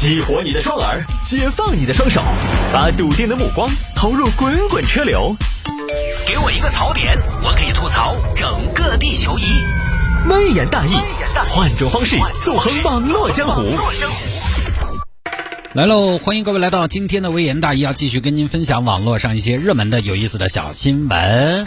激活你的双耳，解放你的双手，把笃定的目光投入滚滚车流。给我一个槽点，我可以吐槽整个地球仪。微言大义，换种方式纵横网络江湖。 来喽，欢迎各位来到今天的微言大义，要继续跟您分享网络上一些热门的有意思的小新闻。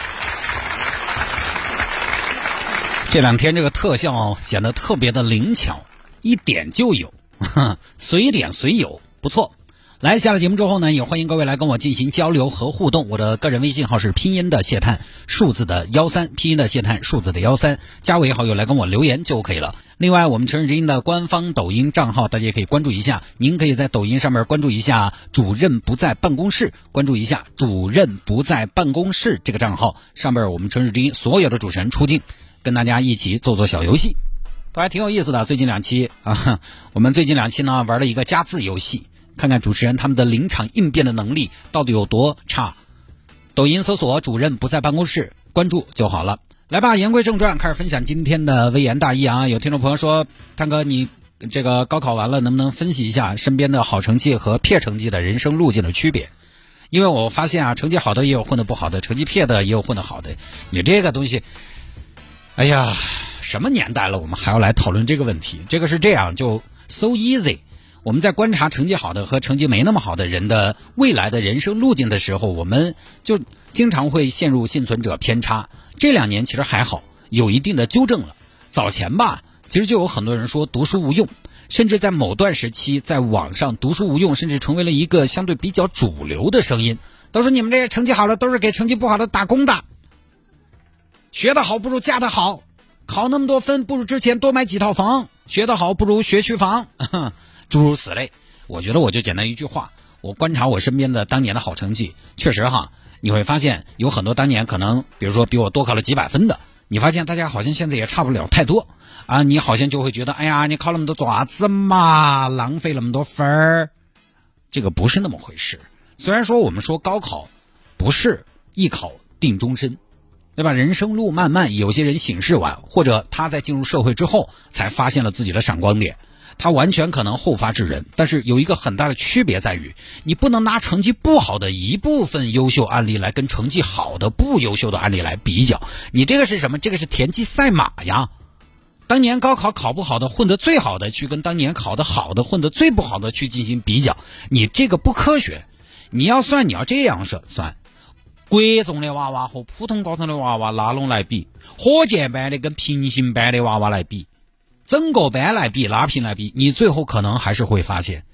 这两天这个特效显得特别的灵巧，一点就有，随点随有，不错。来，下了节目之后呢，也欢迎各位来跟我进行交流和互动。我的个人微信号是拼音的谢探，数字的13，拼音的谢探，数字的13，加为好友来跟我留言就可以了。另外，我们城市之音的官方抖音账号，大家也可以关注一下。您可以在抖音上面关注一下主任不在办公室，关注一下主任不在办公室这个账号，上面我们城市之音所有的主持人出镜，跟大家一起做小游戏，都还挺有意思的。最近两期我们最近两期呢玩了一个加字游戏，看看主持人他们的临场应变的能力到底有多差。抖音搜索主任不在办公室，关注就好了。来吧，言归正传，开始分享今天的微言大义啊。有听众朋友说，探哥你这个高考完了能不能分析一下身边的好成绩和撇成绩的人生路径的区别？因为我发现啊，成绩好的也有混得不好的，成绩撇的也有混得好的。你这个东西，哎呀，什么年代了我们还要来讨论这个问题？这个是这样，就 so easy。我们在观察成绩好的和成绩没那么好的人的未来的人生路径的时候，我们就经常会陷入幸存者偏差。这2年其实还好，有一定的纠正了。早前吧，其实就有很多人说读书无用，甚至在某段时期在网上读书无用甚至成为了一个相对比较主流的声音，都说你们这些成绩好的都是给成绩不好的打工的，学得好不如嫁得好，考那么多分不如之前多买几套房，学得好不如学区房，诸如此类。我觉得我就简单一句话，我观察我身边的当年的好成绩，确实你会发现有很多当年可能比如说比我多考了几百分的，你发现大家好像现在也差不了太多啊，你好像就会觉得哎呀，你考那么多做啥子嘛，浪费那么多分儿。这个不是那么回事。虽然说我们说高考不是一考定终身，对吧？人生路漫漫，有些人醒世晚，或者他在进入社会之后才发现了自己的闪光点，他完全可能后发制人。但是有一个很大的区别在于，你不能拿成绩不好的一部分优秀案例来跟成绩好的不优秀的案例来比较。你这个是什么？这个是田忌赛马呀。当年高考考不好的混得最好的去跟当年考得好的混得最不好的去进行比较，你这个不科学。你要这样算，国中的娃娃和普通高中的娃娃拉拢来比，火箭班的跟平行班的娃娃来比，整个班来比，拉平来比，你最后可能还是会发现，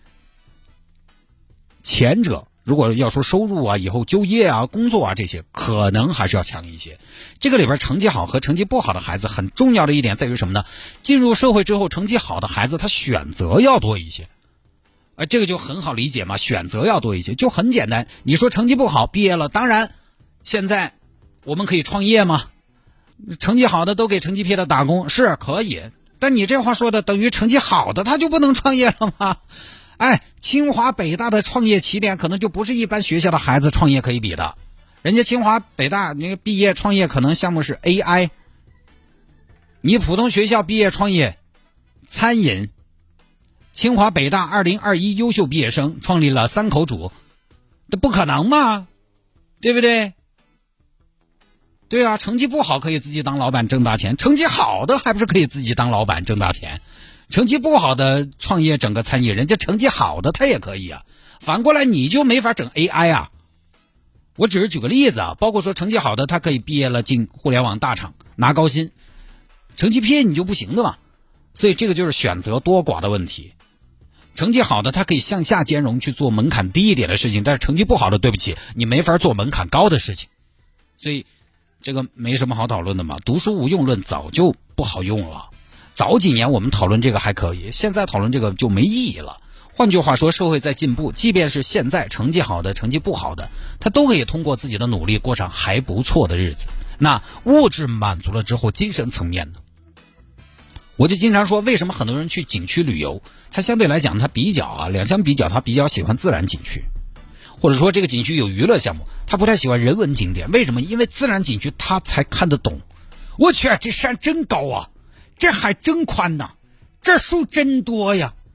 前者如果要说收入啊，以后就业啊，工作啊，这些可能还是要强一些。这个里边成绩好和成绩不好的孩子很重要的一点在于什么呢？进入社会之后，成绩好的孩子他选择要多一些。这个就很好理解嘛，选择要多一些，就很简单。你说成绩不好，毕业了，当然现在我们可以创业吗？成绩好的都给成绩撇的打工，是可以。但你这话说的等于成绩好的他就不能创业了吗？清华北大的创业起点可能就不是一般学校的孩子创业可以比的。人家清华北大那个毕业创业可能项目是 AI， 你普通学校毕业创业餐饮，清华北大2021优秀毕业生创立了3口煮，这不可能嘛，对不对？对啊，成绩不好可以自己当老板挣大钱，成绩好的还不是可以自己当老板挣大钱？成绩不好的创业整个餐饮，人家成绩好的他也可以啊。反过来你就没法整 AI 啊。我只是举个例子啊，包括说成绩好的他可以毕业了进互联网大厂拿高薪，成绩偏你就不行的嘛。所以这个就是选择多寡的问题。成绩好的他可以向下兼容去做门槛低一点的事情，但是成绩不好的对不起，你没法做门槛高的事情。所以这个没什么好讨论的嘛，读书无用论早就不好用了。早几年我们讨论这个还可以，现在讨论这个就没意义了。换句话说，社会在进步，即便是现在成绩好的成绩不好的，他都可以通过自己的努力过上还不错的日子。那物质满足了之后，精神层面呢？我就经常说，为什么很多人去景区旅游，他相对来讲他两相比较，他比较喜欢自然景区，或者说这个景区有娱乐项目，他不太喜欢人文景点。为什么？因为自然景区他才看得懂。我去，这山真高啊，这海真宽呐，这树真多呀。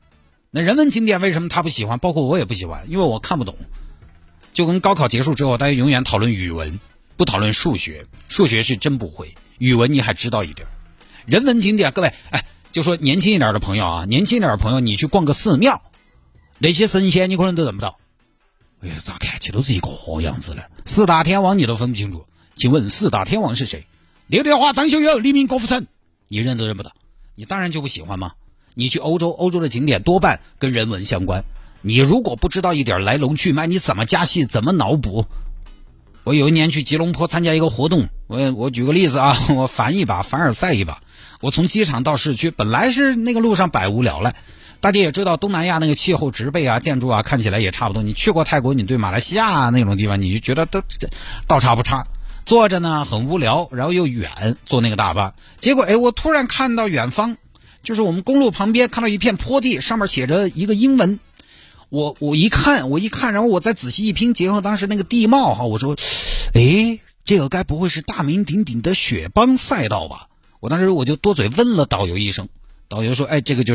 那人文经典为什么他不喜欢？包括我也不喜欢，因为我看不懂。就跟高考结束之后，大家永远讨论语文，不讨论数学。数学是真不会，语文你还知道一点。人文经典，各位，就说年轻一点的朋友啊，你去逛个寺庙，那些神仙你可能都认不到。咋看起都是一个样子的。四大天王你都分不清楚，请问四大天王是谁？刘德华、张学友、黎明、郭富城，你认都认不到，你当然就不喜欢吗？你去欧洲的景点多半跟人文相关，你如果不知道一点来龙去脉，你怎么加戏，怎么脑补？我有一年去吉隆坡参加一个活动，我举个例子啊，我凡尔赛一把。我从机场到市区，本来是那个路上百无聊赖。大家也知道东南亚那个气候植被啊建筑啊看起来也差不多，你去过泰国，你对马来西亚那种地方你就觉得都倒差不差。坐着呢很无聊，然后又远，坐那个大巴，结果我突然看到远方，就是我们公路旁边看到一片坡地，上面写着一个英文。我一看，然后我再仔细一拼，结合当时那个地貌哈，我说这个该不会是大名鼎鼎的雪邦赛道吧？我当时我就多嘴问了导游一声，导游说这个就是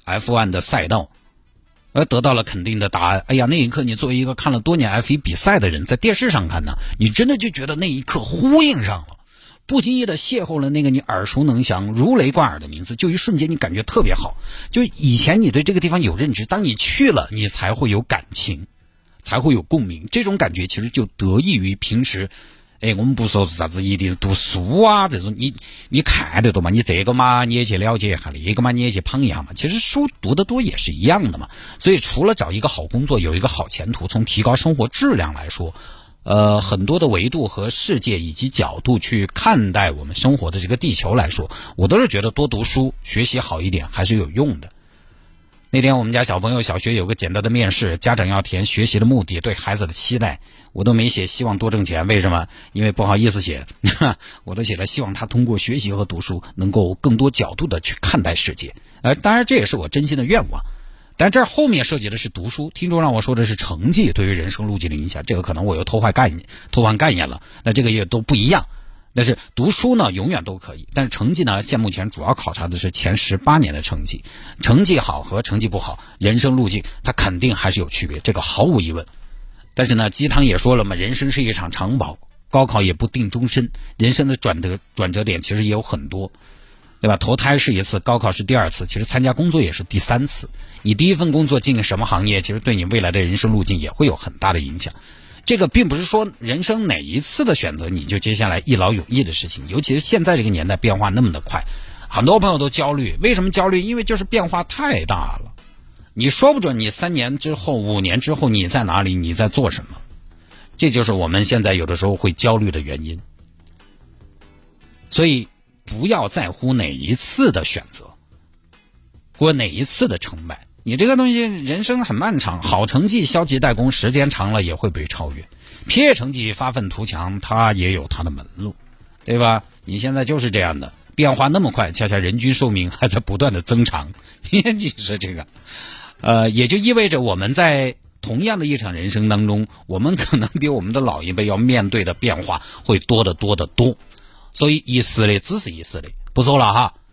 F1 的赛道，得到了肯定的答案。那一刻你作为一个看了多年 F1 比赛的人，在电视上看呢，你真的就觉得那一刻呼应上了，不经意的邂逅了那个你耳熟能详如雷贯耳的名字，就一瞬间你感觉特别好。就以前你对这个地方有认知，当你去了你才会有感情，才会有共鸣。这种感觉其实就得益于平时我们不说是啥子一定读书啊，这种你看得多嘛，你这个嘛你也去了解一下，那个嘛你也去捧一下嘛，其实书读得多也是一样的嘛。所以除了找一个好工作，有一个好前途，从提高生活质量来说，很多的维度和世界以及角度去看待我们生活的这个地球来说，我都是觉得多读书学习好一点还是有用的。那天我们家小朋友小学有个简单的面试，家长要填学习的目的，对孩子的期待，我都没写希望多挣钱，为什么？因为不好意思写，我都写了希望他通过学习和读书能够更多角度的去看待世界。当然这也是我真心的愿望。但这后面涉及的是读书，听众让我说的是成绩对于人生路径的影响，这个可能我又偷换概念了，那这个也都不一样。但是读书呢永远都可以，但是成绩呢现目前主要考察的是前18年的成绩，成绩好和成绩不好，人生路径它肯定还是有区别，这个毫无疑问。但是呢鸡汤也说了嘛，人生是一场长跑，高考也不定终身，人生的转折点其实也有很多，对吧？投胎是一次，高考是第2次，其实参加工作也是第3次。你第一份工作进什么行业，其实对你未来的人生路径也会有很大的影响。这个并不是说人生哪一次的选择你就接下来一劳永逸的事情，尤其是现在这个年代变化那么的快，很多朋友都焦虑。为什么焦虑？因为就是变化太大了，你说不准你3年之后5年之后你在哪里，你在做什么，这就是我们现在有的时候会焦虑的原因。所以不要在乎哪一次的选择或哪一次的成败，你这个东西人生很漫长，好成绩消极怠工，时间长了也会被超越，偏业成绩发愤图强，它也有它的门路，对吧？你现在就是这样的，变化那么快，恰恰人均寿命还在不断的增长，你说这个也就意味着我们在同样的一场人生当中，我们可能比我们的老一辈要面对的变化会多得多。所以一时的只是一时的，不说了哈。